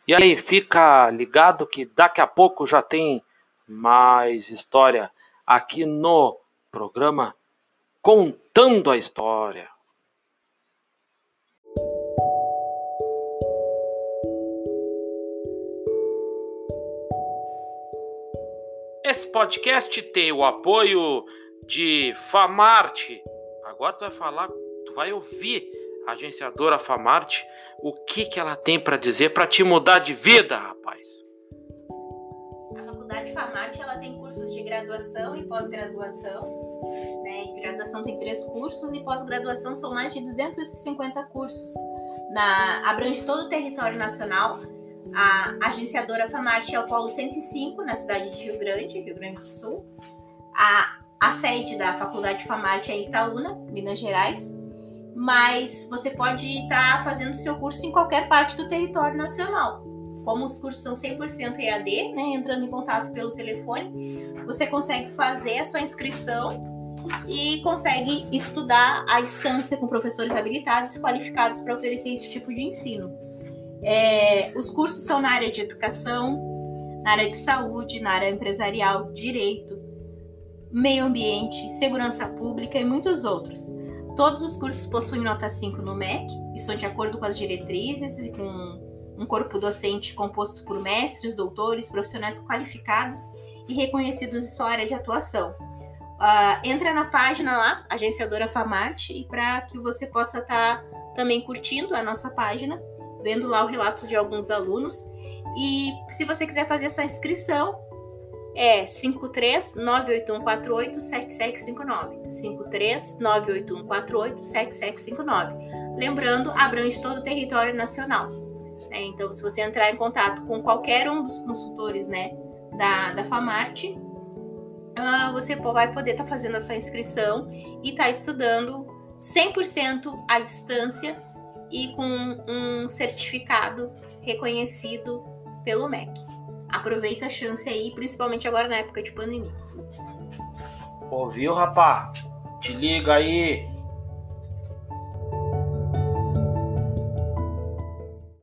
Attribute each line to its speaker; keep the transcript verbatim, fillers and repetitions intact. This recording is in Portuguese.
Speaker 1: E aí, fica ligado que daqui a pouco já tem mais história aqui no programa Contando a História. Esse podcast tem o apoio de Famarte. Agora tu vai falar, tu vai ouvir a agenciadora Famarte, o que que ela tem para dizer para te mudar de vida, rapaz.
Speaker 2: A Faculdade Famarte, ela tem cursos de graduação e pós-graduação, né? Graduação tem três cursos e pós-graduação são mais de duzentos e cinquenta cursos. Na, abrange todo o território nacional. A agenciadora Famarte é o Polo cento e cinco, na cidade de Rio Grande, Rio Grande do Sul. A, a sede da Faculdade Famarte é em Itaúna, Minas Gerais. Mas você pode estar fazendo seu curso em qualquer parte do território nacional. Como os cursos são cem por cento E A D, né, entrando em contato pelo telefone, você consegue fazer a sua inscrição e consegue estudar à distância com professores habilitados, qualificados para oferecer esse tipo de ensino. É, os cursos são na área de educação, na área de saúde, na área empresarial, direito, meio ambiente, segurança pública e muitos outros. Todos os cursos possuem nota cinco no M E C e são de acordo com as diretrizes e com um corpo docente composto por mestres, doutores, profissionais qualificados e reconhecidos em sua área de atuação. Uh, entra na página lá, Agenciadora Famarte, e para que você possa estar tá também curtindo a nossa página, vendo lá os relatos de alguns alunos. E se você quiser fazer a sua inscrição, é cinco três nove oito um quatro oito sete sete cinco nove. cinco três nove oito um quatro oito sete sete cinco nove. Lembrando, abrange todo o território nacional. É, então, se você entrar em contato com qualquer um dos consultores, né, da, da Famarte, uh, você vai poder estar tá fazendo a sua inscrição e estar tá estudando cem por cento à distância e com um certificado reconhecido pelo M E C. Aproveita a chance aí, principalmente agora na época de pandemia.
Speaker 1: Ouviu, rapá? Te liga aí.